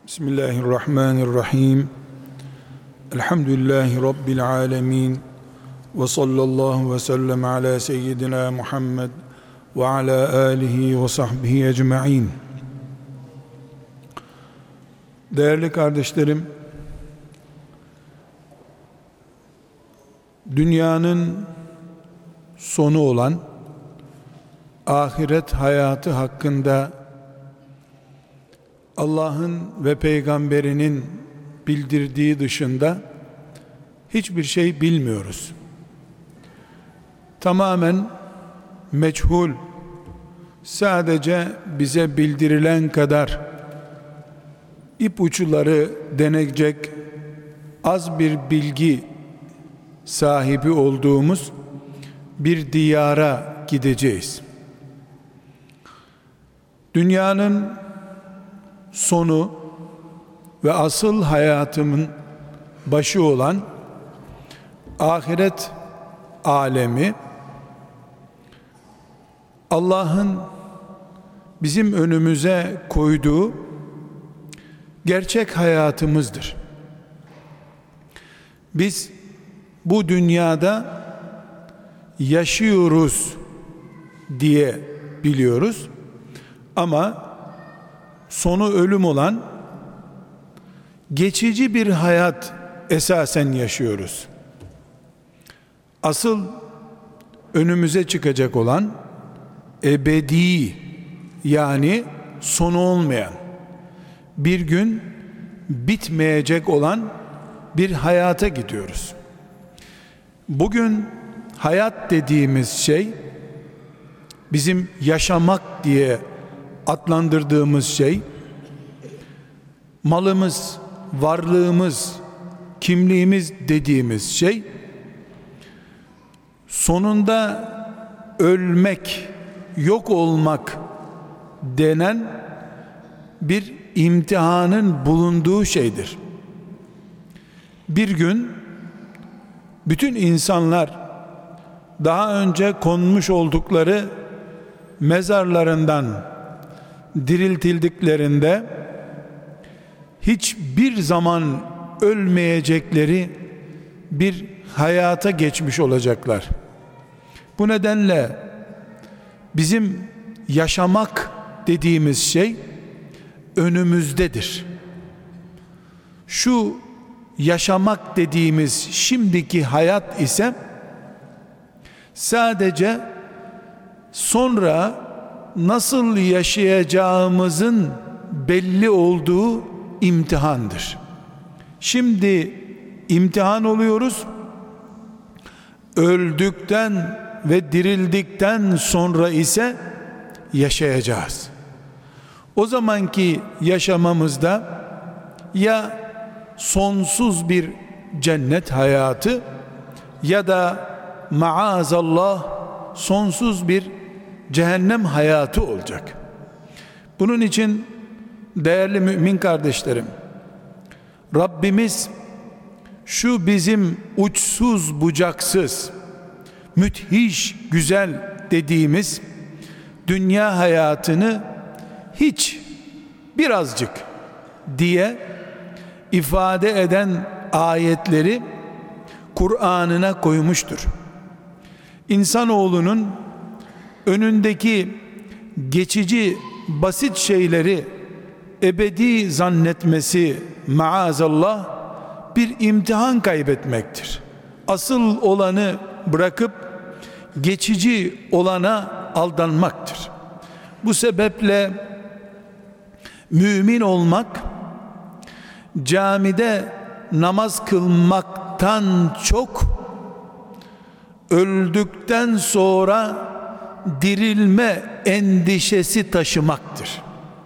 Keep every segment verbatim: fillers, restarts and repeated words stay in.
Bismillahirrahmanirrahim. Elhamdülillahi Rabbil alemin. Ve sallallahu ve sellem ala seyyidina Muhammed ve ala alihi ve sahbihi ecma'in. Değerli kardeşlerim, dünyanın sonu olan ahiret hayatı hakkında Allah'ın ve peygamberinin bildirdiği dışında hiçbir şey bilmiyoruz. Tamamen meçhul, sadece bize bildirilen kadar ipuçları denecek az bir bilgi sahibi olduğumuz bir diyara gideceğiz. Dünyanın sonu ve asıl hayatımın başı olan ahiret alemi, Allah'ın bizim önümüze koyduğu gerçek hayatımızdır. Biz bu dünyada yaşıyoruz diye biliyoruz ama sonu ölüm olan geçici bir hayat esasen yaşıyoruz. Asıl önümüze çıkacak olan ebedi, yani sonu olmayan, bir gün bitmeyecek olan bir hayata gidiyoruz. Bugün hayat dediğimiz şey, bizim yaşamak diye adlandırdığımız şey, malımız, varlığımız, kimliğimiz dediğimiz şey, sonunda ölmek, yok olmak denen bir imtihanın bulunduğu şeydir. Bir gün bütün insanlar daha önce konmuş oldukları mezarlarından diriltildiklerinde hiçbir zaman ölmeyecekleri bir hayata geçmiş olacaklar. Bu nedenle bizim yaşamak dediğimiz şey önümüzdedir. Şu yaşamak dediğimiz şimdiki hayat ise sadece sonra nasıl yaşayacağımızın belli olduğu imtihandır. Şimdi imtihan oluyoruz. Öldükten ve dirildikten sonra ise yaşayacağız. O zamanki yaşamamızda ya sonsuz bir cennet hayatı ya da maazallah sonsuz bir cehennem hayatı olacak. Bunun için değerli mümin kardeşlerim, Rabbimiz şu bizim uçsuz bucaksız, müthiş güzel dediğimiz dünya hayatını hiç, birazcık diye ifade eden ayetleri Kur'an'ına koymuştur. İnsanoğlunun önündeki geçici basit şeyleri ebedi zannetmesi maazallah bir imtihan kaybetmektir. Asıl olanı bırakıp geçici olana aldanmaktır. Bu sebeple mümin olmak, camide namaz kılmaktan çok öldükten sonra dirilme endişesi taşımaktır.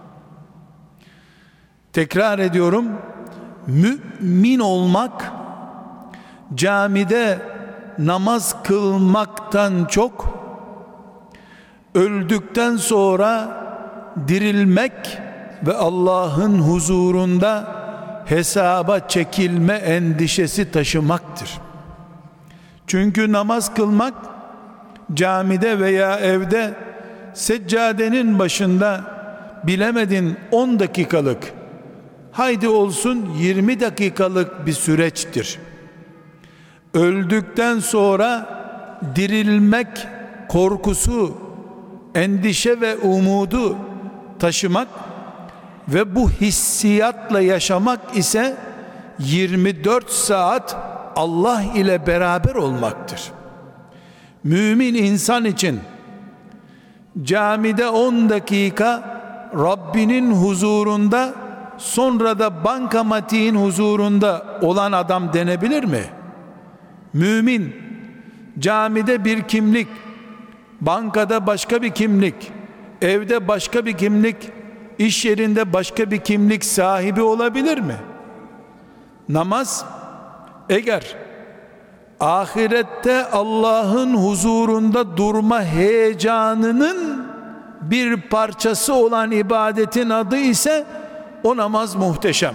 Tekrar ediyorum, mümin olmak camide namaz kılmaktan çok öldükten sonra dirilmek ve Allah'ın huzurunda hesaba çekilme endişesi taşımaktır. Çünkü namaz kılmak camide veya evde seccadenin başında bilemedin on dakikalık haydi olsun yirmi dakikalık bir süreçtir. Öldükten sonra dirilmek korkusu, endişe ve umudu taşımak ve bu hissiyatla yaşamak ise yirmi dört saat Allah ile beraber olmaktır. Mümin insan için camide on dakika Rabbinin huzurunda, sonra da bankamatiğin huzurunda olan adam denebilir mi? Mümin camide bir kimlik, bankada başka bir kimlik, evde başka bir kimlik, iş yerinde başka bir kimlik sahibi olabilir mi? Namaz, eğer ahirette Allah'ın huzurunda durma heyecanının bir parçası olan ibadetin adı ise o namaz muhteşem.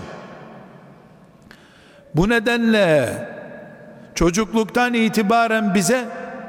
Bu nedenle çocukluktan itibaren bize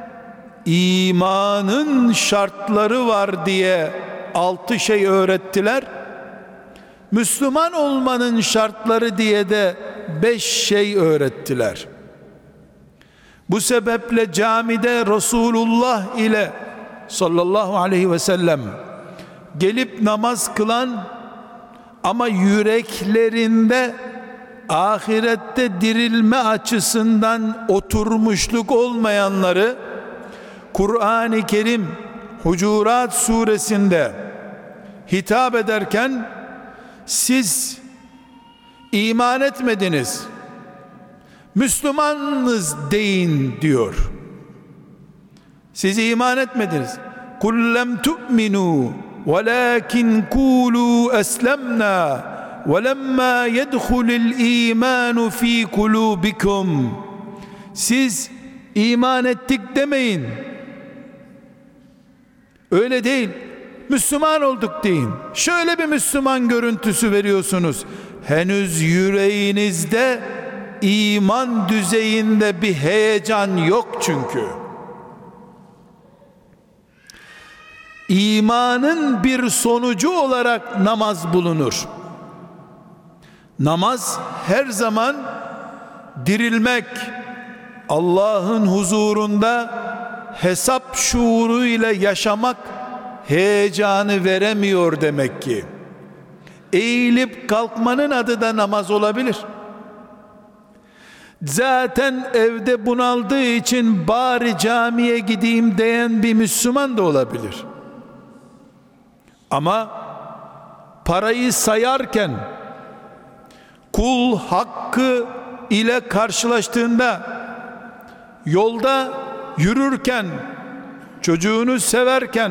imanın şartları var diye altı şey öğrettiler. Müslüman olmanın şartları diye de beş şey öğrettiler. Bu sebeple camide Resulullah ile sallallahu aleyhi ve sellem gelip namaz kılan ama yüreklerinde ahirette dirilme açısından oturmuşluk olmayanları Kur'an-ı Kerim Hucurat suresinde hitap ederken siz iman etmediniz, Müslümanız deyin diyor. Siz iman etmediniz. Kul lem tu'minu velakin kulu eslemna velemma yedhulul imanu fi kulubikum. Siz iman ettik demeyin. Öyle değil. Müslüman olduk deyin. Şöyle bir Müslüman görüntüsü veriyorsunuz. Henüz yüreğinizde iman düzeyinde bir heyecan yok çünkü. İmanın bir sonucu olarak namaz bulunur. Namaz her zaman dirilmek, Allah'ın huzurunda hesap şuuruyla yaşamak heyecanı veremiyor demek ki. Eğilip kalkmanın adı da namaz olabilir. Zaten evde bunaldığı için bari camiye gideyim diyen bir Müslüman da olabilir. Ama parayı sayarken kul hakkı ile karşılaştığında, yolda yürürken, çocuğunu severken,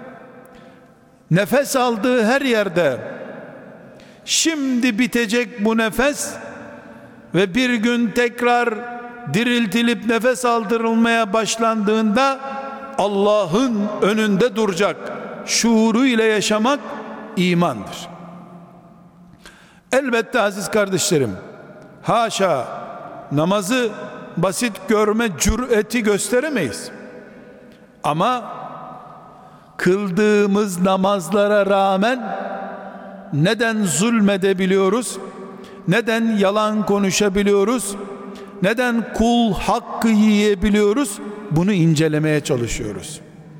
nefes aldığı her yerde şimdi bitecek bu nefes ve bir gün tekrar diriltilip nefes aldırılmaya başlandığında Allah'ın önünde duracak şuuruyla yaşamak imandır. Elbette aziz kardeşlerim, haşa namazı basit görme cüreti gösteremeyiz. Ama kıldığımız namazlara rağmen neden zulmedebiliyoruz? Neden yalan konuşabiliyoruz? Neden kul hakkı yiyebiliyoruz? Bunu incelemeye çalışıyoruz.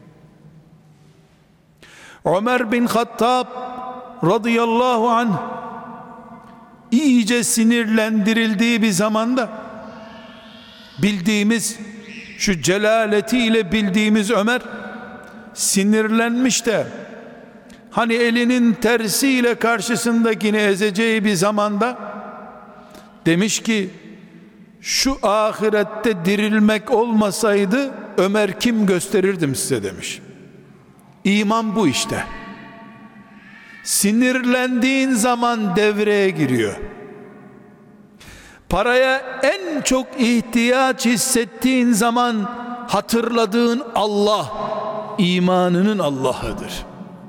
Ömer bin Hattab radıyallahu anh iyice sinirlendirildiği bir zamanda, bildiğimiz şu celaletiyle bildiğimiz Ömer sinirlenmiş de hani elinin tersiyle karşısındakini ezeceği bir zamanda demiş ki, şu ahirette dirilmek olmasaydı Ömer kim gösterirdim size demiş. İman bu işte. Sinirlendiğin zaman devreye giriyor. Paraya en çok ihtiyaç hissettiğin zaman hatırladığın Allah imanının Allah'ıdır.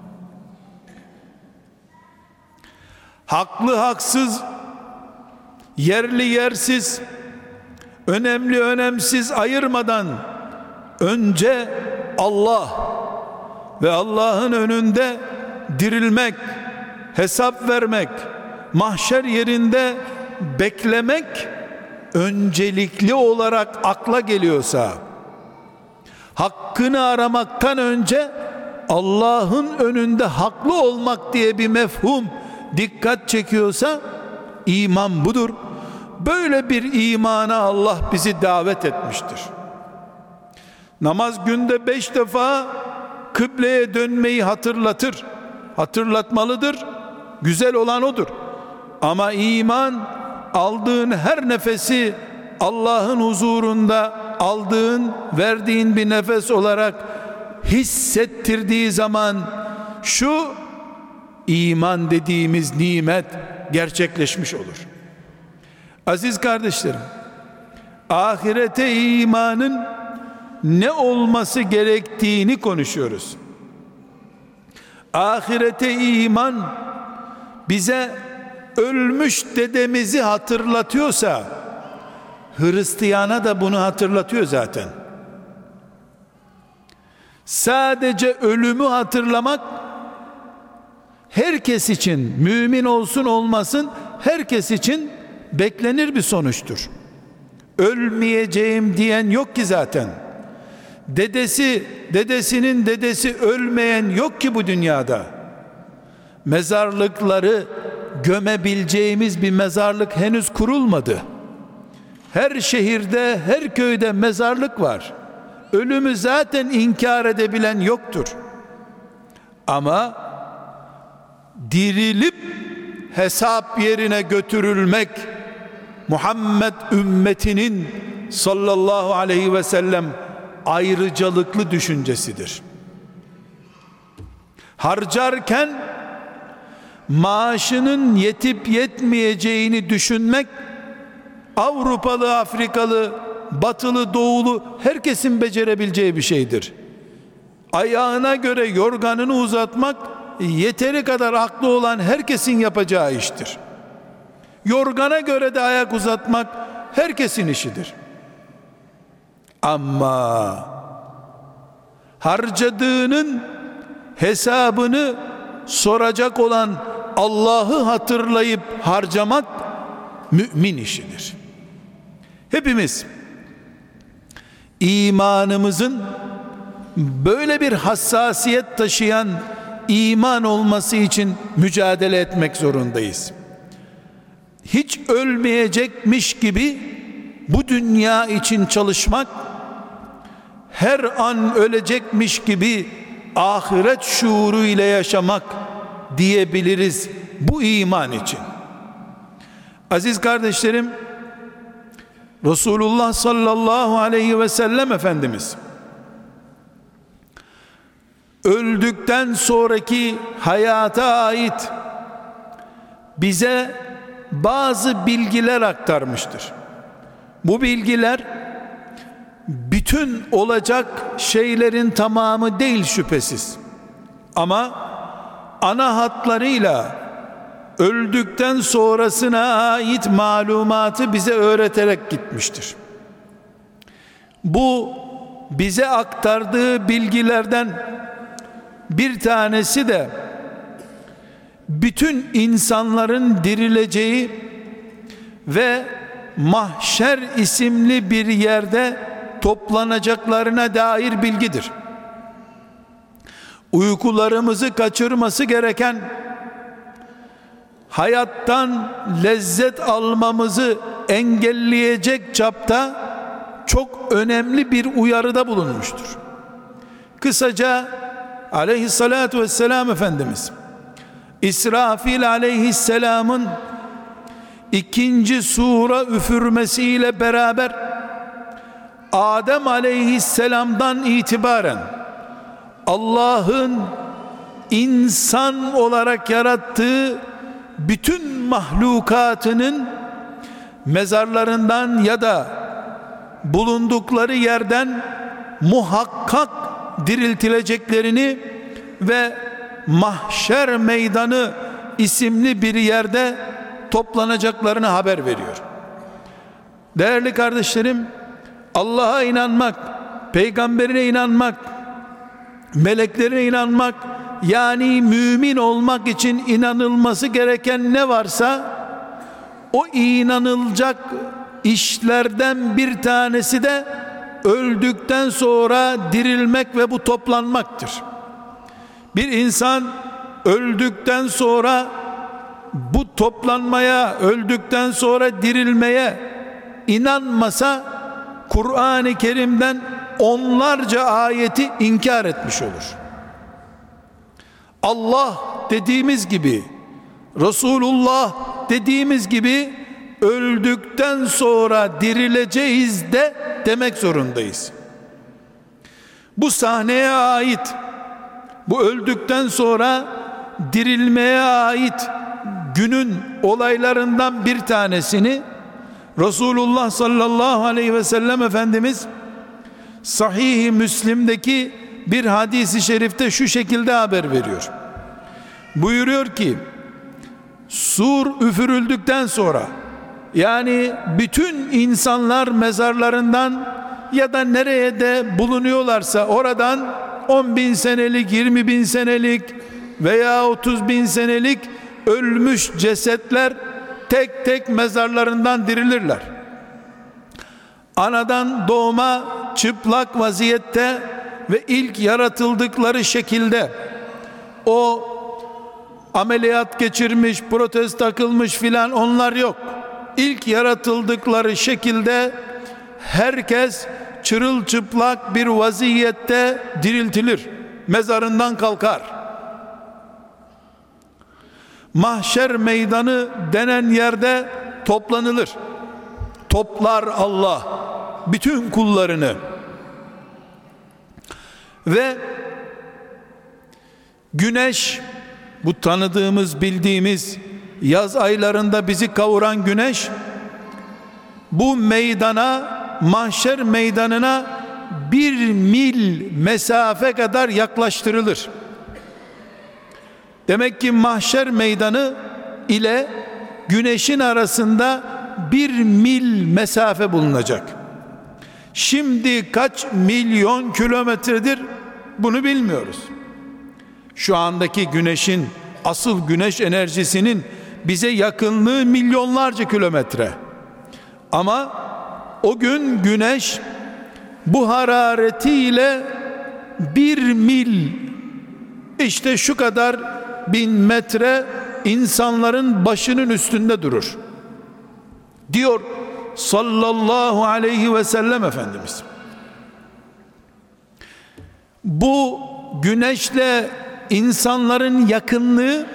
Haklı haksız, yerli yersiz, önemli önemsiz ayırmadan önce Allah ve Allah'ın önünde dirilmek, hesap vermek, mahşer yerinde beklemek öncelikli olarak akla geliyorsa, hakkını aramaktan önce Allah'ın önünde haklı olmak diye bir mefhum dikkat çekiyorsa, iman budur. Böyle bir imana Allah bizi davet etmiştir. Namaz günde beş defa kıbleye dönmeyi hatırlatır, hatırlatmalıdır. Güzel olan odur. Ama iman, aldığın her nefesi Allah'ın huzurunda aldığın, verdiğin bir nefes olarak hissettirdiği zaman şu iman dediğimiz nimet gerçekleşmiş olur. Aziz kardeşlerim, ahirete imanın ne olması gerektiğini konuşuyoruz. Ahirete iman bize ölmüş dedemizi hatırlatıyorsa, Hristiyana da bunu hatırlatıyor zaten. Sadece ölümü hatırlamak herkes için, mümin olsun olmasın, herkes için beklenir bir sonuçtur. Ölmeyeceğim diyen yok ki zaten. Dedesi, dedesinin dedesi ölmeyen yok ki bu dünyada. Mezarlıkları gömebileceğimiz bir mezarlık henüz kurulmadı. Her şehirde, her köyde mezarlık var. Ölümü zaten inkar edebilen yoktur. Ama dirilip hesap yerine götürülmek, Muhammed ümmetinin sallallahu aleyhi ve sellem ayrıcalıklı düşüncesidir. Harcarken maaşının yetip yetmeyeceğini düşünmek, Avrupalı, Afrikalı, Batılı, Doğulu herkesin becerebileceği bir şeydir. Ayağına göre yorganını uzatmak yeteri kadar aklı olan herkesin yapacağı iştir. Yorgana göre de ayak uzatmak herkesin işidir. Ama harcadığının hesabını soracak olan Allah'ı hatırlayıp harcamak mümin işidir. Hepimiz imanımızın böyle bir hassasiyet taşıyan iman olması için mücadele etmek zorundayız. Hiç ölmeyecekmiş gibi bu dünya için çalışmak, her an ölecekmiş gibi ahiret şuuru ile yaşamak diyebiliriz bu iman için. Aziz kardeşlerim, Resulullah sallallahu aleyhi ve sellem Efendimiz öldükten sonraki hayata ait bize bazı bilgiler aktarmıştır. Bu bilgiler bütün olacak şeylerin tamamı değil şüphesiz. Ama ana hatlarıyla öldükten sonrasına ait malumatı bize öğreterek gitmiştir. Bu bize aktardığı bilgilerden bir tanesi de bütün insanların dirileceği ve mahşer isimli bir yerde toplanacaklarına dair bilgidir. Uykularımızı kaçırması gereken, hayattan lezzet almamızı engelleyecek çapta çok önemli bir uyarıda bulunmuştur. Kısaca aleyhissalatu vesselam Efendimiz İsrafil aleyhisselamın ikinci sura üfürmesiyle beraber Adem aleyhisselamdan itibaren Allah'ın insan olarak yarattığı bütün mahlukatının mezarlarından ya da bulundukları yerden muhakkak diriltileceklerini ve mahşer meydanı isimli bir yerde toplanacaklarını haber veriyor. Değerli kardeşlerim, Allah'a inanmak, peygamberine inanmak, meleklerine inanmak, yani mümin olmak için inanılması gereken ne varsa o inanılacak işlerden bir tanesi de öldükten sonra dirilmek ve bu toplanmaktır. Bir insan öldükten sonra bu toplanmaya, öldükten sonra dirilmeye inanmasa Kur'an-ı Kerim'den onlarca ayeti inkar etmiş olur. Allah dediğimiz gibi, Resulullah dediğimiz gibi öldükten sonra dirileceğiz de demek zorundayız. Bu sahneye ait, bu öldükten sonra dirilmeye ait günün olaylarından bir tanesini Resulullah sallallahu aleyhi ve sellem Efendimiz Sahih-i Müslim'deki bir hadisi şerifte şu şekilde haber veriyor. Buyuruyor ki, sur üfürüldükten sonra, yani bütün insanlar mezarlarından ya da nereye de bulunuyorlarsa oradan on bin senelik, yirmi bin senelik veya otuz bin senelik ölmüş cesetler tek tek mezarlarından dirilirler. Anadan doğma çıplak vaziyette ve ilk yaratıldıkları şekilde, o ameliyat geçirmiş, protez takılmış filan, onlar yok. İlk yaratıldıkları şekilde herkes çırılçıplak bir vaziyette diriltilir, mezarından kalkar. Mahşer meydanı denen yerde toplanılır. Toplar Allah bütün kullarını ve güneş, bu tanıdığımız, bildiğimiz yaz aylarında bizi kavuran güneş, bu meydana, mahşer meydanına bir mil mesafe kadar yaklaştırılır. Demek ki mahşer meydanı ile güneşin arasında bir mil mesafe bulunacak. Şimdi kaç milyon kilometredir bunu bilmiyoruz. Şu andaki güneşin, asıl güneş enerjisinin bize yakınlığı milyonlarca kilometre. Ama o gün güneş bu hararetiyle bir mil, işte şu kadar bin metre insanların başının üstünde durur diyor sallallahu aleyhi ve sellem Efendimiz. Bu güneşle insanların yakınlığı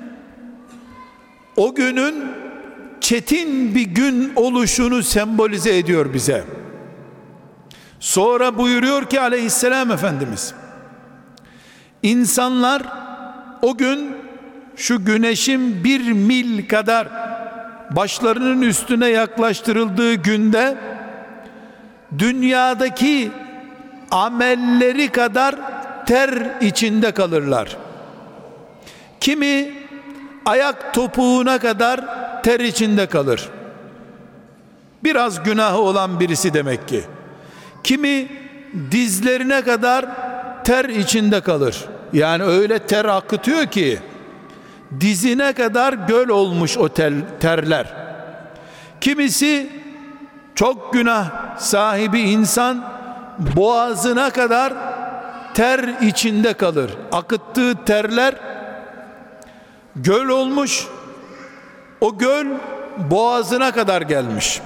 o günün çetin bir gün oluşunu sembolize ediyor bize. Sonra buyuruyor ki aleyhisselam Efendimiz, insanlar o gün şu güneşin bir mil kadar başlarının üstüne yaklaştırıldığı günde dünyadaki amelleri kadar ter içinde kalırlar. Kimi ayak topuğuna kadar ter içinde kalır. Biraz günahı olan birisi demek ki. Kimi dizlerine kadar ter içinde kalır. Yani öyle ter akıtıyor ki dizine kadar göl olmuş o ter, terler. Kimisi çok günah sahibi insan boğazına kadar ter içinde kalır. Akıttığı terler göl olmuş. O göl boğazına kadar gelmiş.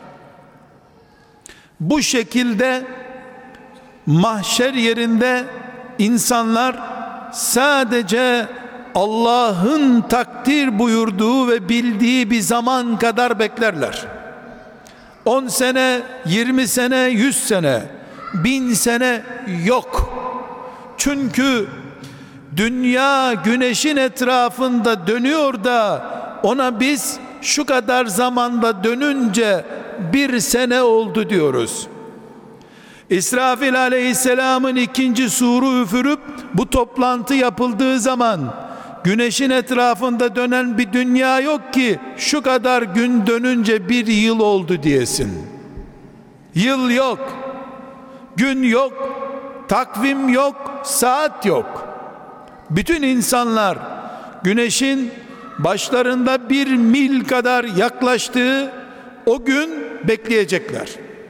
Bu şekilde mahşer yerinde insanlar sadece Allah'ın takdir buyurduğu ve bildiği bir zaman kadar beklerler. on sene, yirmi sene, yüz sene, bin sene yok. Çünkü dünya güneşin etrafında dönüyor da ona biz şu kadar zamanda dönünce bir sene oldu diyoruz. İsrafil aleyhisselamın ikinci suru üfürüp bu toplantı yapıldığı zaman güneşin etrafında dönen bir dünya yok ki şu kadar gün dönünce bir yıl oldu diyesin. Yıl yok, gün yok, takvim yok, saat yok. bütün insanlar güneşin başlarında bir mil kadar yaklaştığı o gün bekleyecekler.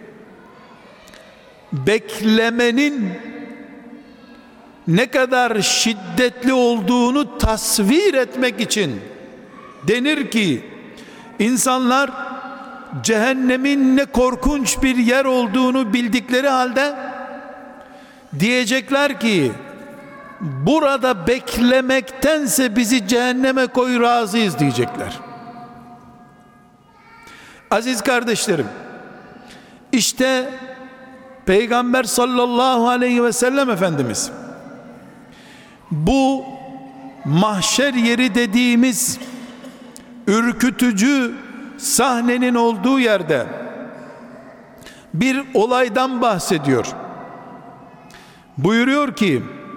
Beklemenin ne kadar şiddetli olduğunu tasvir etmek için denir ki, insanlar cehennemin ne korkunç bir yer olduğunu bildikleri halde diyecekler ki, burada beklemektense bizi cehenneme koy, razıyız diyecekler. Aziz kardeşlerim, işte Peygamber sallallahu aleyhi ve sellem Efendimiz bu mahşer yeri dediğimiz ürkütücü sahnenin olduğu yerde bir olaydan bahsediyor. Buyuruyor ki,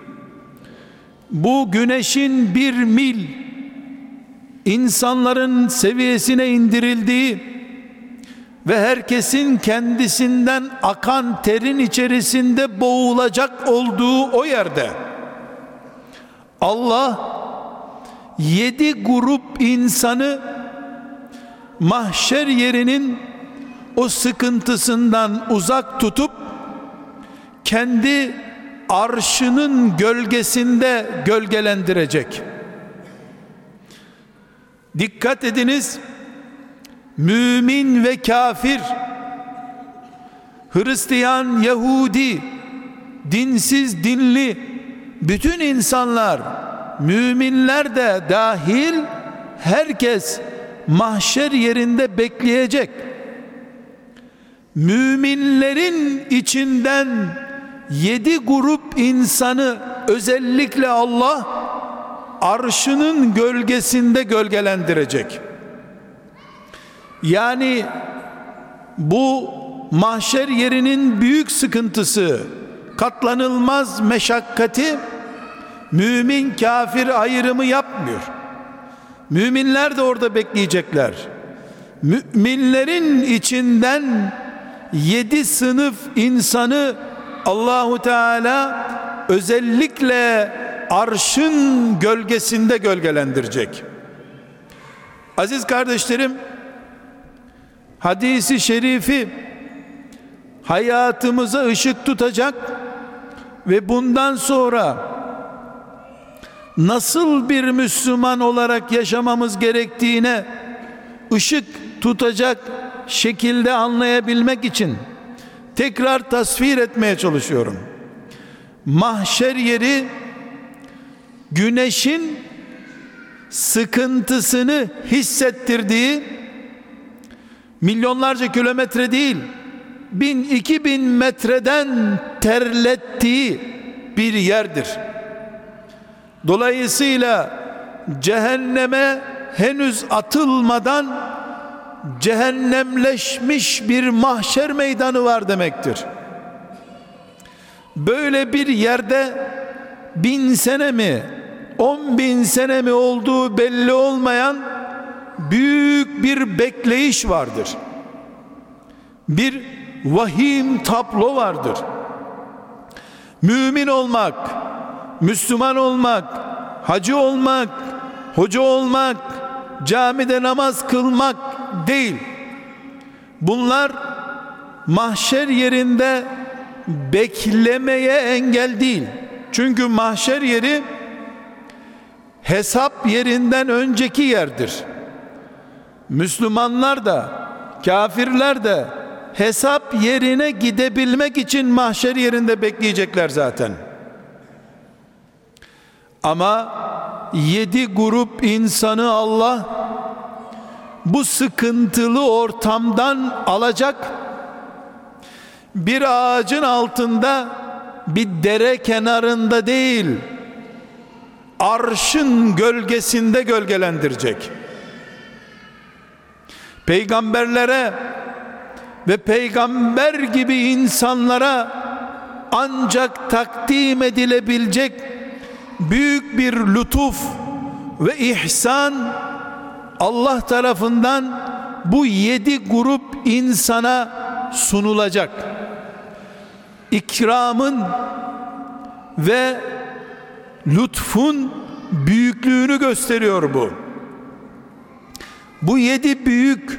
bu güneşin bir mil insanların seviyesine indirildiği ve herkesin kendisinden akan terin içerisinde boğulacak olduğu o yerde Allah yedi grup insanı mahşer yerinin o sıkıntısından uzak tutup kendi arşının gölgesinde gölgelendirecek. Dikkat ediniz, mümin ve kafir, Hristiyan, Yahudi, dinsiz, dinli, bütün insanlar, müminler de dahil herkes mahşer yerinde bekleyecek. Müminlerin içinden yedi grup insanı özellikle Allah arşının gölgesinde gölgelendirecek. Yani bu mahşer yerinin büyük sıkıntısı, katlanılmaz meşakkati mümin kafir ayrımı yapmıyor. Müminler de orada bekleyecekler. Müminlerin içinden yedi sınıf insanı Allahu Teala özellikle arşın gölgesinde gölgelendirecek. Aziz kardeşlerim, hadisi şerifi hayatımıza ışık tutacak ve bundan sonra nasıl bir Müslüman olarak yaşamamız gerektiğine ışık tutacak şekilde anlayabilmek için tekrar tasvir etmeye çalışıyorum. Mahşer yeri güneşin sıkıntısını hissettirdiği, milyonlarca kilometre değil, bin iki bin metreden terlettiği bir yerdir. Dolayısıyla cehenneme henüz atılmadan cehennemleşmiş bir mahşer meydanı var demektir. Böyle bir yerde bin sene mi, on bin sene mi olduğu belli olmayan büyük bir bekleyiş vardır. Bir vahim tablo vardır. Mümin olmak, Müslüman olmak, hacı olmak, hoca olmak, camide namaz kılmak değil. Bunlar mahşer yerinde beklemeye engel değil. Çünkü mahşer yeri hesap yerinden önceki yerdir. Müslümanlar da kafirler de hesap yerine gidebilmek için mahşer yerinde bekleyecekler zaten. Ama yedi grup insanı Allah bu sıkıntılı ortamdan alacak, bir ağacın altında, bir dere kenarında değil, arşın gölgesinde gölgelendirecek. Peygamberlere ve peygamber gibi insanlara ancak takdim edilebilecek büyük bir lütuf ve ihsan Allah tarafından bu yedi grup insana sunulacak. İkramın ve lütfun büyüklüğünü gösteriyor bu. Bu yedi büyük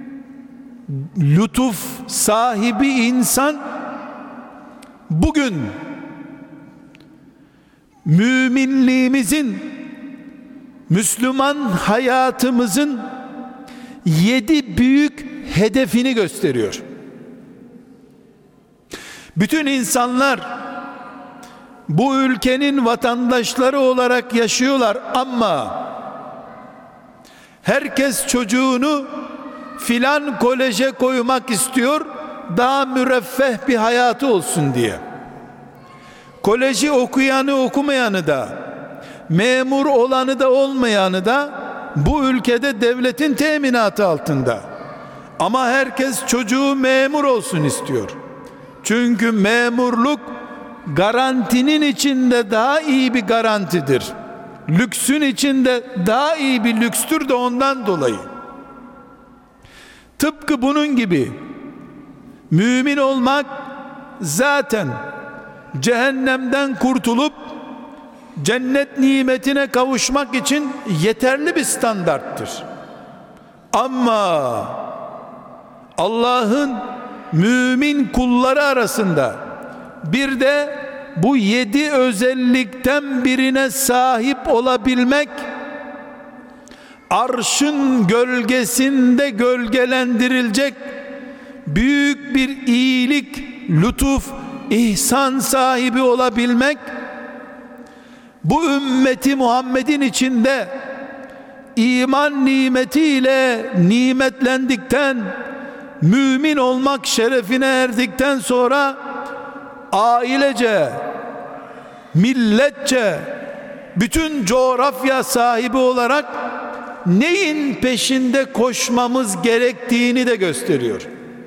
lütuf sahibi insan bugün müminliğimizin, Müslüman hayatımızın yedi büyük hedefini gösteriyor. Bütün insanlar bu ülkenin vatandaşları olarak yaşıyorlar ama herkes çocuğunu filan koleje koymak istiyor, daha müreffeh bir hayatı olsun diye. Koleji okuyanı okumayanı da, memur olanı da olmayanı da bu ülkede devletin teminatı altında. Ama herkes çocuğu memur olsun istiyor. Çünkü memurluk garantinin içinde daha iyi bir garantidir. Lüksün içinde daha iyi bir lükstür de ondan dolayı. Tıpkı bunun gibi mümin olmak zaten cehennemden kurtulup cennet nimetine kavuşmak için yeterli bir standarttır. Ama Allah'ın mümin kulları arasında bir de bu yedi özellikten birine sahip olabilmek, arşın gölgesinde gölgelendirilecek büyük bir iyilik, lütuf, ihsan sahibi olabilmek, bu ümmeti Muhammed'in içinde iman nimetiyle nimetlendikten, mümin olmak şerefine erdikten sonra ailece, milletçe, bütün coğrafya sahibi olarak neyin peşinde koşmamız gerektiğini de gösteriyor.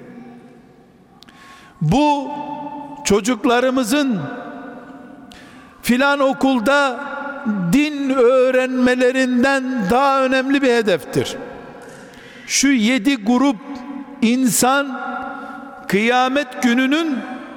Bu çocuklarımızın filan okulda din öğrenmelerinden daha önemli bir hedeftir. Şu yedi grup insan kıyamet gününün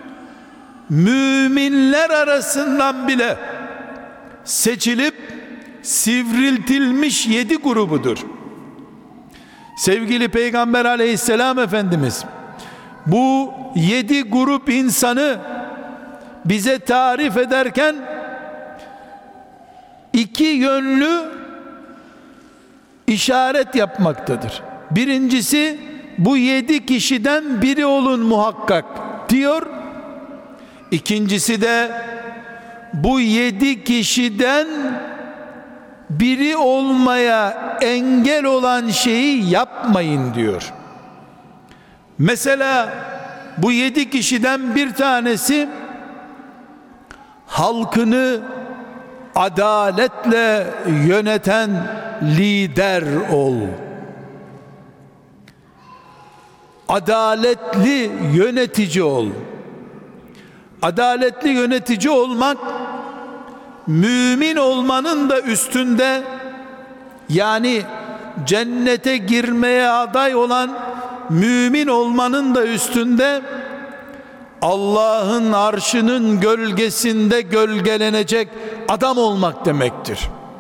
müminler arasından bile seçilip sivriltilmiş yedi grubudur. Sevgili Peygamber Aleyhisselam Efendimiz bu yedi grup insanı bize tarif ederken iki yönlü işaret yapmaktadır. Birincisi, bu yedi kişiden biri olun muhakkak diyor. İkincisi de bu yedi kişiden biri olmaya engel olan şeyi yapmayın diyor. Mesela bu yedi kişiden bir tanesi, halkını adaletle yöneten lider ol. Adaletli yönetici ol. Adaletli yönetici olmak, mümin olmanın da üstünde, yani cennete girmeye aday olan mümin olmanın da üstünde, Allah'ın arşının gölgesinde gölgelenecek adam olmak demektir.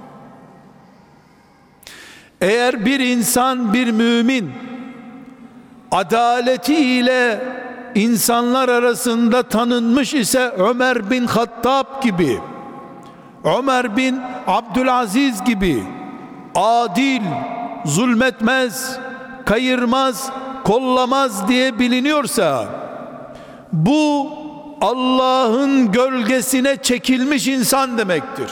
Eğer bir insan, bir mümin adaletiyle insanlar arasında tanınmış ise, Ömer bin Hattab gibi, Ömer bin Abdülaziz gibi adil, zulmetmez, kayırmaz, kollamaz diye biliniyorsa, bu Allah'ın gölgesine çekilmiş insan demektir.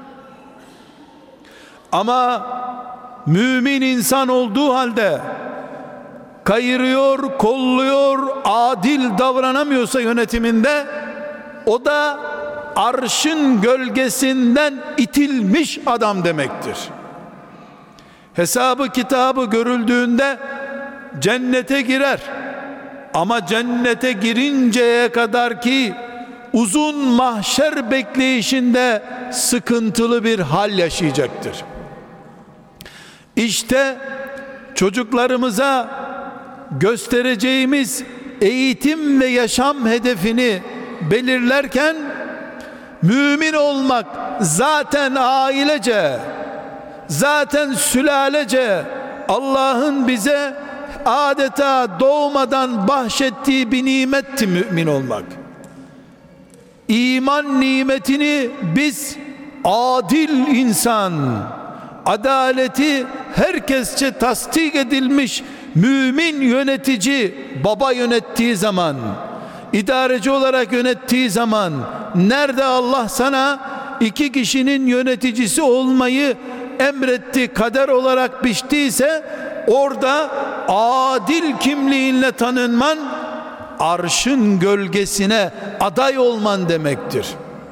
Ama mümin insan olduğu halde kayırıyor, kolluyor, adil davranamıyorsa yönetiminde, o da arşın gölgesinden itilmiş adam demektir. Hesabı kitabı görüldüğünde cennete girer, ama cennete girinceye kadar ki uzun mahşer bekleyişinde sıkıntılı bir hal yaşayacaktır. İşte çocuklarımıza göstereceğimiz eğitim ve yaşam hedefini belirlerken Mümin olmak zaten ailece, zaten sülalece Allah'ın bize adeta doğmadan bahşettiği bir nimetti mümin olmak. İman nimetini biz adil insan, adaleti herkesçe tasdik edilmiş mümin yönetici baba yönettiği zaman, idareci olarak yönettiği zaman, nerede Allah sana iki kişinin yöneticisi olmayı emretti, kader olarak biçtiyse, orada adil kimliğinle tanınman, arşın gölgesine aday olman demektir.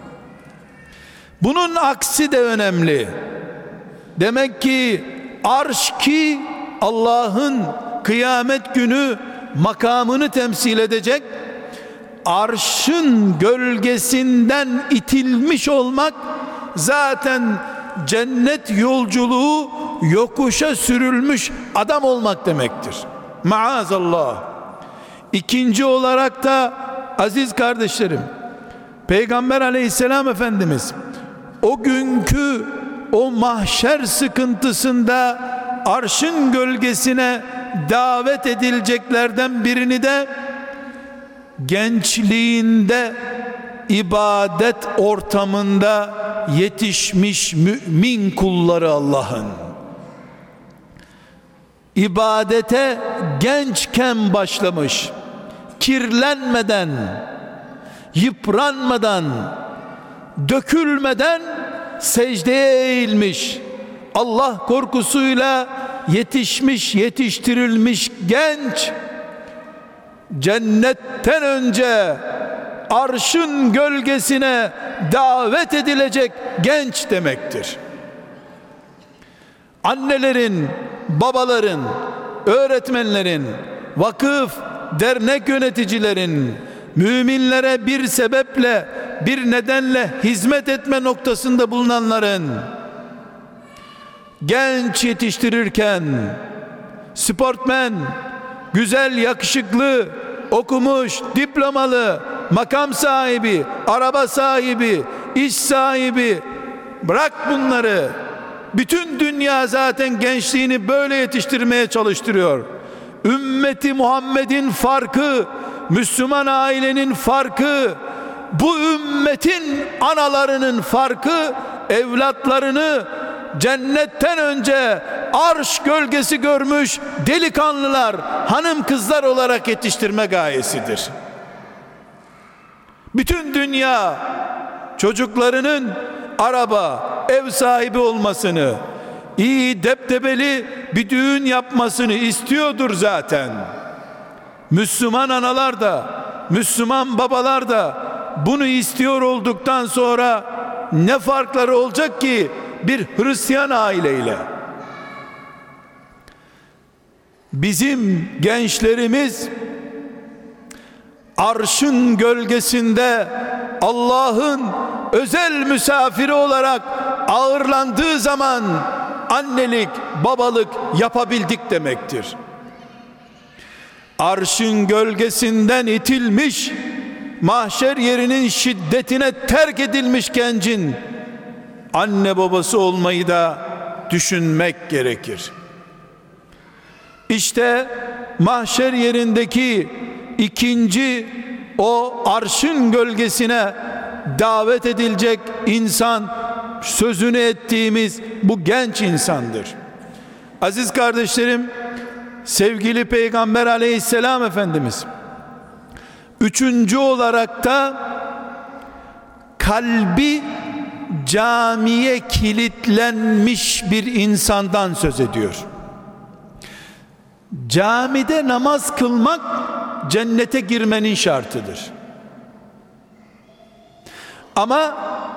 Bunun aksi de önemli. Demek ki arş, ki Allah'ın kıyamet günü makamını temsil edecek, arşın gölgesinden itilmiş olmak zaten cennet yolculuğu yokuşa sürülmüş adam olmak demektir. Maazallah. İkinci olarak da aziz kardeşlerim, Peygamber aleyhisselam Efendimiz o günkü o mahşer sıkıntısında arşın gölgesine davet edileceklerden birini de gençliğinde ibadet ortamında yetişmiş mümin kulları Allah'ın, ibadete gençken başlamış, kirlenmeden, yıpranmadan, dökülmeden secdeye eğilmiş, Allah korkusuyla yetişmiş, yetiştirilmiş genç, cennetten önce arşın gölgesine davet edilecek genç demektir. Annelerin, babaların, öğretmenlerin, vakıf, dernek yöneticilerin, müminlere bir sebeple, bir nedenle hizmet etme noktasında bulunanların, genç yetiştirirken sportmen, güzel, yakışıklı, okumuş, diplomalı, makam sahibi, araba sahibi, iş sahibi, bırak bunları. Bütün dünya zaten gençliğini böyle yetiştirmeye çalıştırıyor. Ümmeti Muhammed'in farkı, Müslüman ailenin farkı, bu ümmetin analarının farkı, evlatlarını cennetten önce arş gölgesi görmüş delikanlılar, hanım kızlar olarak yetiştirme gayesidir. Bütün dünya çocuklarının araba, ev sahibi olmasını, iyi debdebeli bir düğün yapmasını istiyordur zaten. Müslüman analar da, Müslüman babalar da bunu istiyor olduktan sonra ne farkları olacak ki bir Hristiyan aileyle? Bizim gençlerimiz arşın gölgesinde Allah'ın özel misafiri olarak ağırlandığı zaman annelik, babalık yapabildik demektir. Arşın gölgesinden itilmiş, mahşer yerinin şiddetine terk edilmiş gencin anne babası olmayı da düşünmek gerekir. İşte mahşer yerindeki ikinci o arşın gölgesine davet edilecek insan, sözünü ettiğimiz bu genç insandır. Aziz kardeşlerim, sevgili Peygamber aleyhisselam Efendimiz üçüncü olarak da kalbi camiye kilitlenmiş bir insandan söz ediyor. Camide namaz kılmak cennete girmenin şartıdır. Ama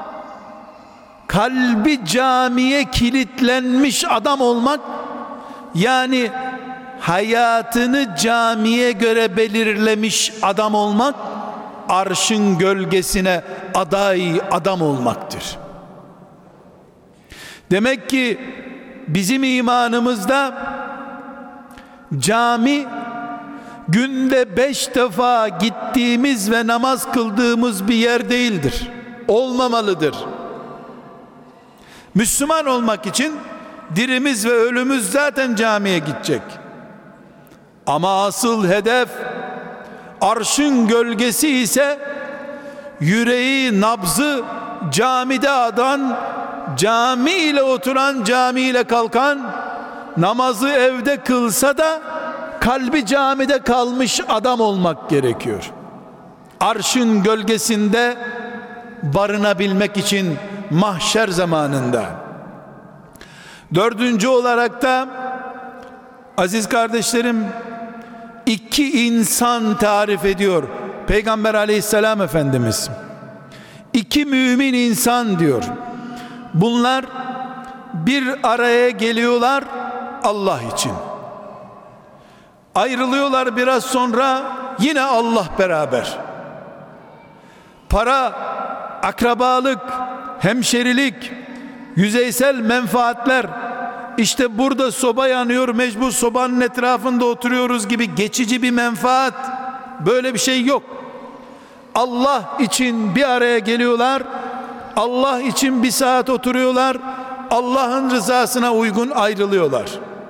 kalbi camiye kilitlenmiş adam olmak, yani hayatını camiye göre belirlemiş adam olmak, arşın gölgesine aday adam olmaktır. Demek ki bizim imanımızda cami günde beş defa gittiğimiz ve namaz kıldığımız bir yer değildir. olmamalıdır. Müslüman olmak için dirimiz ve ölümüz zaten camiye gidecek. Ama asıl hedef arşın gölgesi ise yüreği, nabzı camide adan, cami ile oturan, cami ile kalkan, namazı evde kılsa da kalbi camide kalmış adam olmak gerekiyor. Arşın gölgesinde barınabilmek için mahşer zamanında. Dördüncü olarak da aziz kardeşlerim, iki insan tarif ediyor Peygamber aleyhisselam Efendimiz. İki mümin insan diyor. Bunlar bir araya geliyorlar Allah için. Ayrılıyorlar biraz sonra, yine Allah beraber. Para, akrabalık, hemşerilik, yüzeysel menfaatler, işte burada soba yanıyor, mecbur sobanın etrafında oturuyoruz gibi geçici bir menfaat, böyle bir şey yok. Allah için bir araya geliyorlar, Allah için bir saat oturuyorlar, Allah'ın rızasına uygun ayrılıyorlar.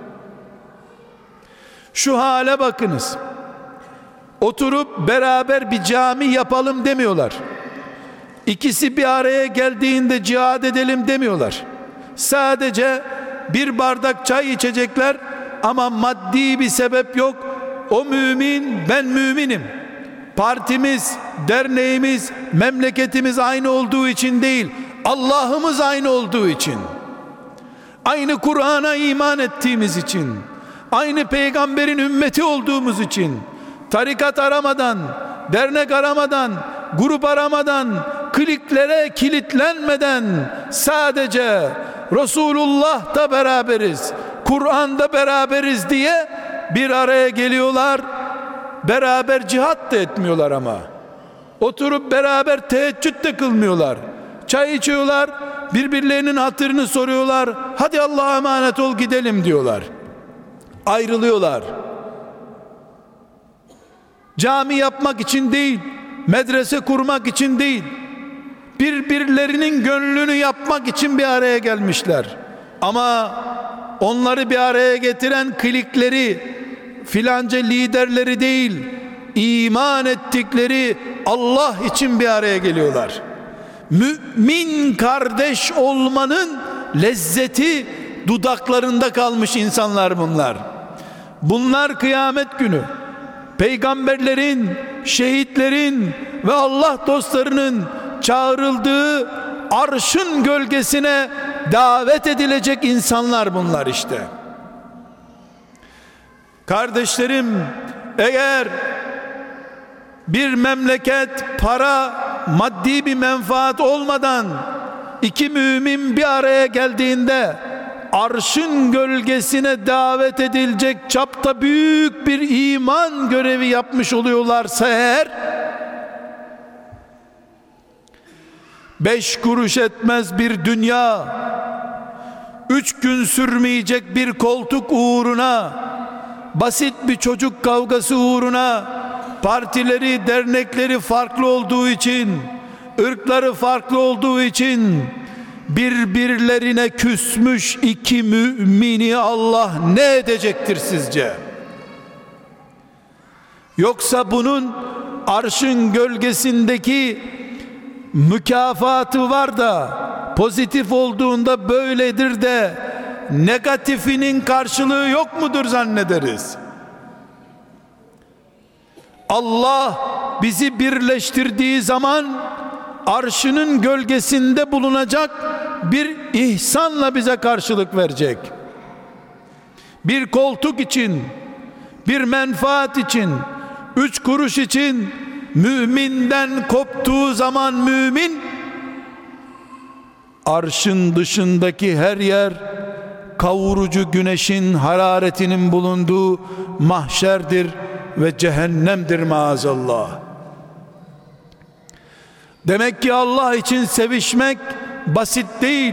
Şu hale bakınız. Oturup beraber bir cami yapalım demiyorlar. İkisi bir araya geldiğinde cihad edelim demiyorlar. Sadece bir bardak çay içecekler ama maddi bir sebep yok. O mümin, ben müminim. Partimiz, derneğimiz, memleketimiz aynı olduğu için değil, Allah'ımız aynı olduğu için, aynı Kur'an'a iman ettiğimiz için, aynı peygamberin ümmeti olduğumuz için, tarikat aramadan, dernek aramadan, grup aramadan, kliklere kilitlenmeden, sadece Resulullah'ta beraberiz, Kur'an'da beraberiz diye bir araya geliyorlar. Beraber cihat da etmiyorlar ama. Oturup beraber teheccüd de kılmıyorlar. Çay içiyorlar, birbirlerinin hatırını soruyorlar. Hadi Allah'a emanet ol gidelim diyorlar. Ayrılıyorlar. Cami yapmak için değil, medrese kurmak için değil, birbirlerinin gönlünü yapmak için bir araya gelmişler. Ama onları bir araya getiren klikleri, filanca liderleri değil, iman ettikleri Allah için bir araya geliyorlar. Mümin kardeş olmanın lezzeti dudaklarında kalmış insanlar bunlar. Bunlar kıyamet günü peygamberlerin, şehitlerin ve Allah dostlarının çağrıldığı arşın gölgesine davet edilecek insanlar bunlar işte. Kardeşlerim, eğer bir memleket para, maddi bir menfaat olmadan iki mümin bir araya geldiğinde arşın gölgesine davet edilecek çapta büyük bir iman görevi yapmış oluyorlarsa eğer, beş kuruş etmez bir dünya, üç gün sürmeyecek bir koltuk uğruna, basit bir çocuk kavgası uğruna, partileri, dernekleri farklı olduğu için, ırkları farklı olduğu için birbirlerine küsmüş iki mümini Allah ne edecektir sizce? Yoksa bunun arşın gölgesindeki mükafatı var da, pozitif olduğunda böyledir de negatifinin karşılığı yok mudur zannederiz? Allah bizi birleştirdiği zaman arşının gölgesinde bulunacak bir ihsanla bize karşılık verecek. Bir koltuk için, bir menfaat için, üç kuruş için müminden koptuğu zaman mümin, arşın dışındaki her yer kavurucu güneşin hararetinin bulunduğu mahşerdir ve cehennemdir maazallah. Demek ki Allah için sevişmek basit değil.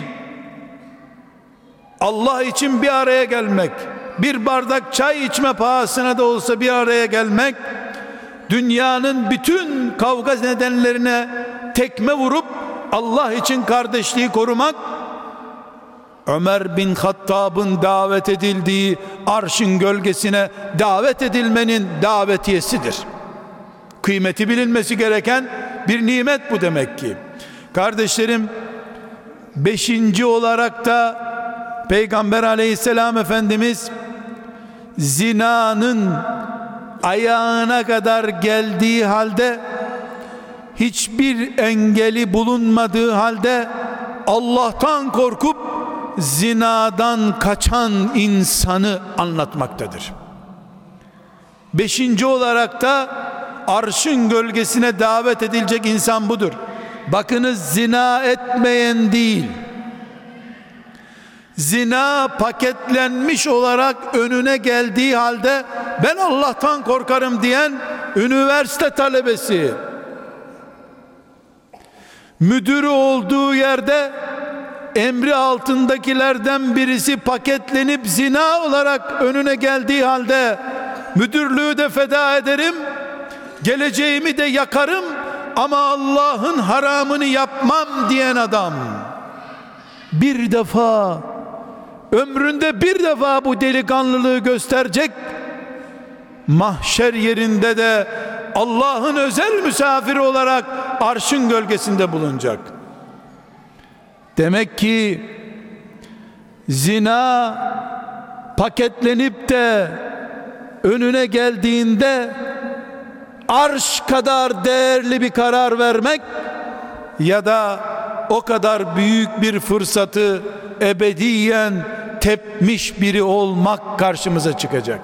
Allah için bir araya gelmek, bir bardak çay içme pahasına da olsa bir araya gelmek, dünyanın bütün kavga nedenlerine tekme vurup Allah için kardeşliği korumak, Ömer bin Hattab'ın davet edildiği arşın gölgesine davet edilmenin davetiyesidir. Kıymeti bilinmesi gereken bir nimet bu demek ki. Kardeşlerim, beşinci olarak da Peygamber aleyhisselam Efendimiz zinanın ayağına kadar geldiği halde, hiçbir engeli bulunmadığı halde Allah'tan korkup zinadan kaçan insanı anlatmaktadır. Beşinci olarak da arşın gölgesine davet edilecek insan budur. Bakınız, zina etmeyen değil, zina paketlenmiş olarak önüne geldiği halde ben Allah'tan korkarım diyen üniversite talebesi, müdürü olduğu yerde emri altındakilerden birisi paketlenip zina olarak önüne geldiği halde müdürlüğü de feda ederim, geleceğimi de yakarım ama Allah'ın haramını yapmam diyen adam, bir defa ömründe bir defa bu delikanlılığı gösterecek, mahşer yerinde de Allah'ın özel misafiri olarak arşın gölgesinde bulunacak. Demek ki zina paketlenip de önüne geldiğinde arş kadar değerli bir karar vermek ya da o kadar büyük bir fırsatı ebediyen tepmiş biri olmak karşımıza çıkacak.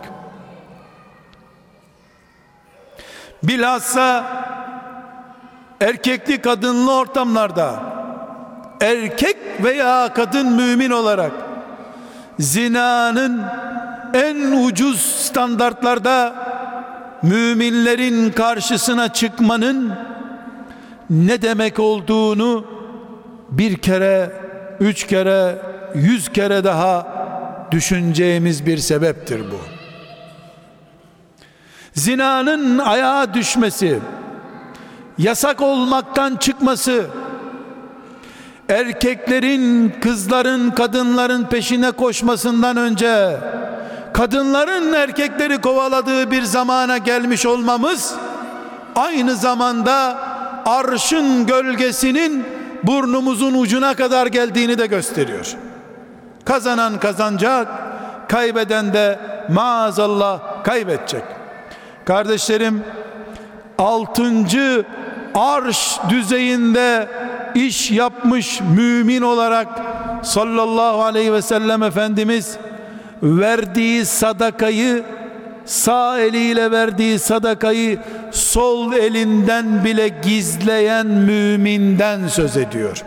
Bilhassa erkekli kadınlı ortamlarda erkek veya kadın mümin olarak zinanın en ucuz standartlarda müminlerin karşısına çıkmanın ne demek olduğunu bir kere, üç kere, yüz kere daha düşüneceğimiz bir sebeptir bu. Zinanın ayağa düşmesi, yasak olmaktan çıkması, erkeklerin, kızların, kadınların peşine koşmasından önce kadınların erkekleri kovaladığı bir zamana gelmiş olmamız, aynı zamanda arşın gölgesinin burnumuzun ucuna kadar geldiğini de gösteriyor. Kazanan kazanacak, kaybeden de maazallah kaybedecek. Kardeşlerim, altıncı arş düzeyinde iş yapmış mümin olarak sallallahu aleyhi ve sellem Efendimiz verdiği sadakayı, sağ eliyle verdiği sadakayı sol elinden bile gizleyen müminden söz ediyor.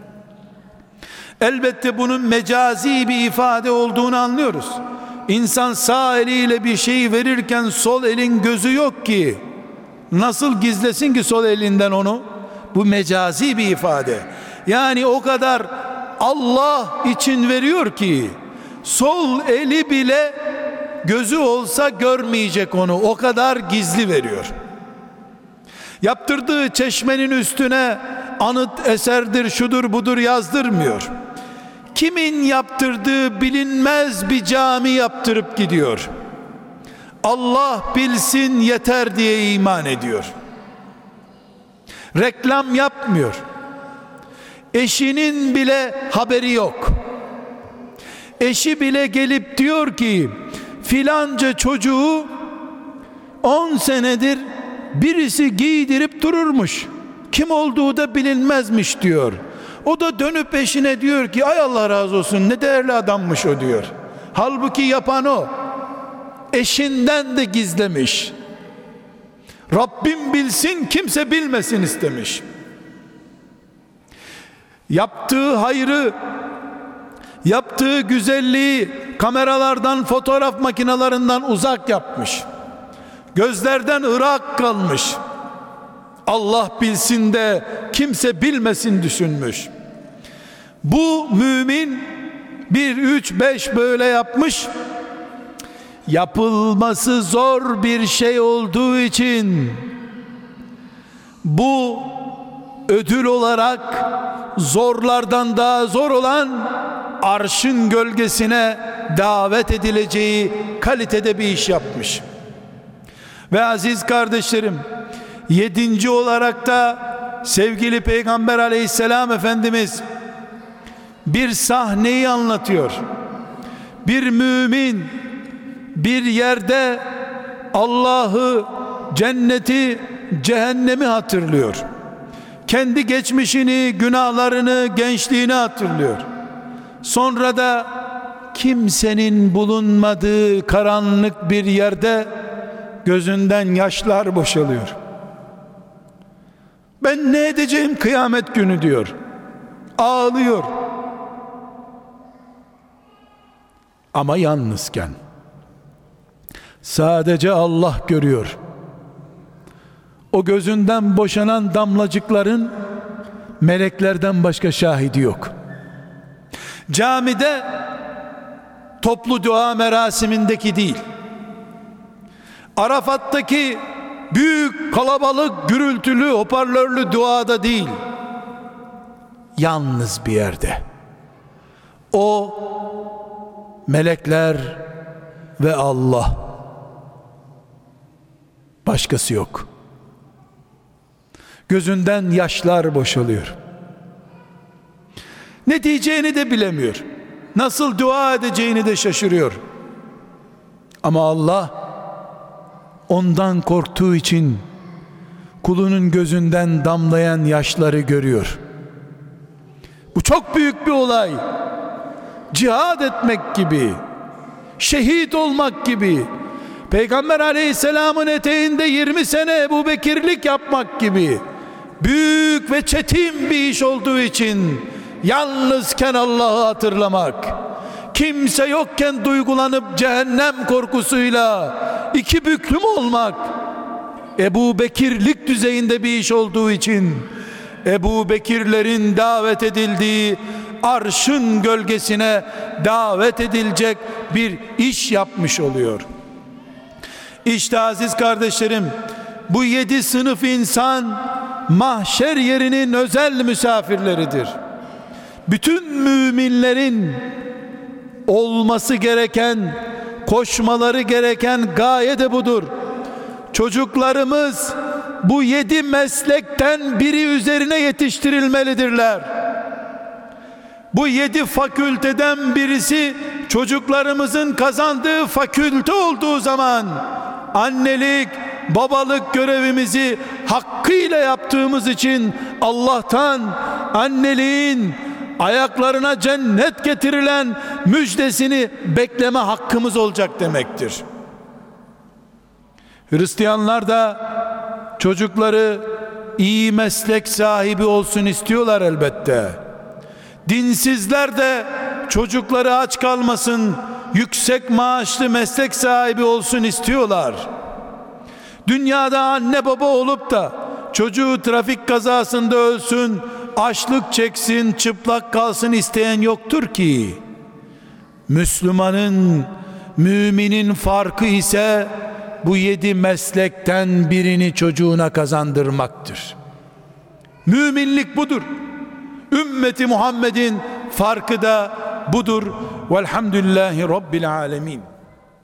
Elbette bunun mecazi bir ifade olduğunu anlıyoruz. İnsan sağ eliyle bir şeyi verirken sol elin gözü yok ki, nasıl gizlesin ki sol elinden onu? Bu mecazi bir ifade. Yani o kadar Allah için veriyor ki sol eli bile gözü olsa görmeyecek onu, o kadar gizli veriyor. Yaptırdığı çeşmenin üstüne anıt eserdir, şudur budur yazdırmıyor. Kimin yaptırdığı bilinmez bir cami yaptırıp gidiyor. Allah bilsin yeter diye iman ediyor. Reklam yapmıyor. Eşinin bile haberi yok. Eşi bile gelip diyor ki filanca çocuğu on senedir birisi giydirip dururmuş, kim olduğu da bilinmezmiş diyor. O da dönüp eşine diyor ki ay Allah razı olsun, ne değerli adammış o diyor. Halbuki yapan o. Eşinden de gizlemiş. Rabbim bilsin, kimse bilmesin istemiş. Yaptığı hayrı, yaptığı güzelliği kameralardan, fotoğraf makinelerinden uzak yapmış. Gözlerden ırak kalmış. Allah bilsin de kimse bilmesin düşünmüş. Bu mümin bir, üç, beş böyle yapmış. Yapılması zor bir şey olduğu için bu ödül olarak zorlardan daha zor olan arşın gölgesine davet edileceği kalitede bir iş yapmış. Ve aziz kardeşlerim, yedinci olarak da sevgili Peygamber aleyhisselam Efendimiz bir sahneyi anlatıyor. Bir mümin bir yerde Allah'ı, cenneti, cehennemi hatırlıyor. Kendi geçmişini, günahlarını, gençliğini hatırlıyor. Sonra da kimsenin bulunmadığı karanlık bir yerde gözünden yaşlar boşalıyor. Ben ne edeceğim kıyamet günü diyor. Ağlıyor. Ama yalnızken. Sadece Allah görüyor. O gözünden boşanan damlacıkların meleklerden başka şahidi yok. Camide toplu dua merasimindeki değil, Arafat'taki büyük kalabalık gürültülü hoparlörlü duada değil, yalnız bir yerde. O melekler ve Allah, başkası yok. Gözünden yaşlar boşalıyor. Ne diyeceğini de bilemiyor. Nasıl dua edeceğini de şaşırıyor. Ama Allah ondan korktuğu için kulunun gözünden damlayan yaşları görüyor. Bu çok büyük bir olay. Cihad etmek gibi, şehit olmak gibi, Peygamber aleyhisselamın eteğinde yirmi sene Ebubekirlik yapmak gibi büyük ve çetin bir iş olduğu için yalnızken Allah'ı hatırlamak, kimse yokken duygulanıp cehennem korkusuyla iki büklüm olmak, Ebubekirlik düzeyinde bir iş olduğu için Ebubekirlerin davet edildiği arşın gölgesine davet edilecek bir iş yapmış oluyor. İşte aziz kardeşlerim, bu yedi sınıf insan mahşer yerinin özel misafirleridir. Bütün müminlerin olması gereken, koşmaları gereken gaye de budur. Çocuklarımız bu yedi meslekten biri üzerine yetiştirilmelidirler. Bu yedi fakülteden birisi çocuklarımızın kazandığı fakülte olduğu zaman annelik, babalık görevimizi hakkıyla yaptığımız için Allah'tan anneliğin ayaklarına cennet getirilen müjdesini bekleme hakkımız olacak demektir. Hristiyanlar da çocukları iyi meslek sahibi olsun istiyorlar elbette. Dinsizler de çocukları aç kalmasın, yüksek maaşlı meslek sahibi olsun istiyorlar. Dünyada anne baba olup da çocuğu trafik kazasında ölsün, açlık çeksin, çıplak kalsın isteyen yoktur ki. Müslümanın, müminin farkı ise bu yedi meslekten birini çocuğuna kazandırmaktır. Müminlik budur. Ümmeti Muhammed'in farkı da budur. Velhamdülillahi Rabbil alemin.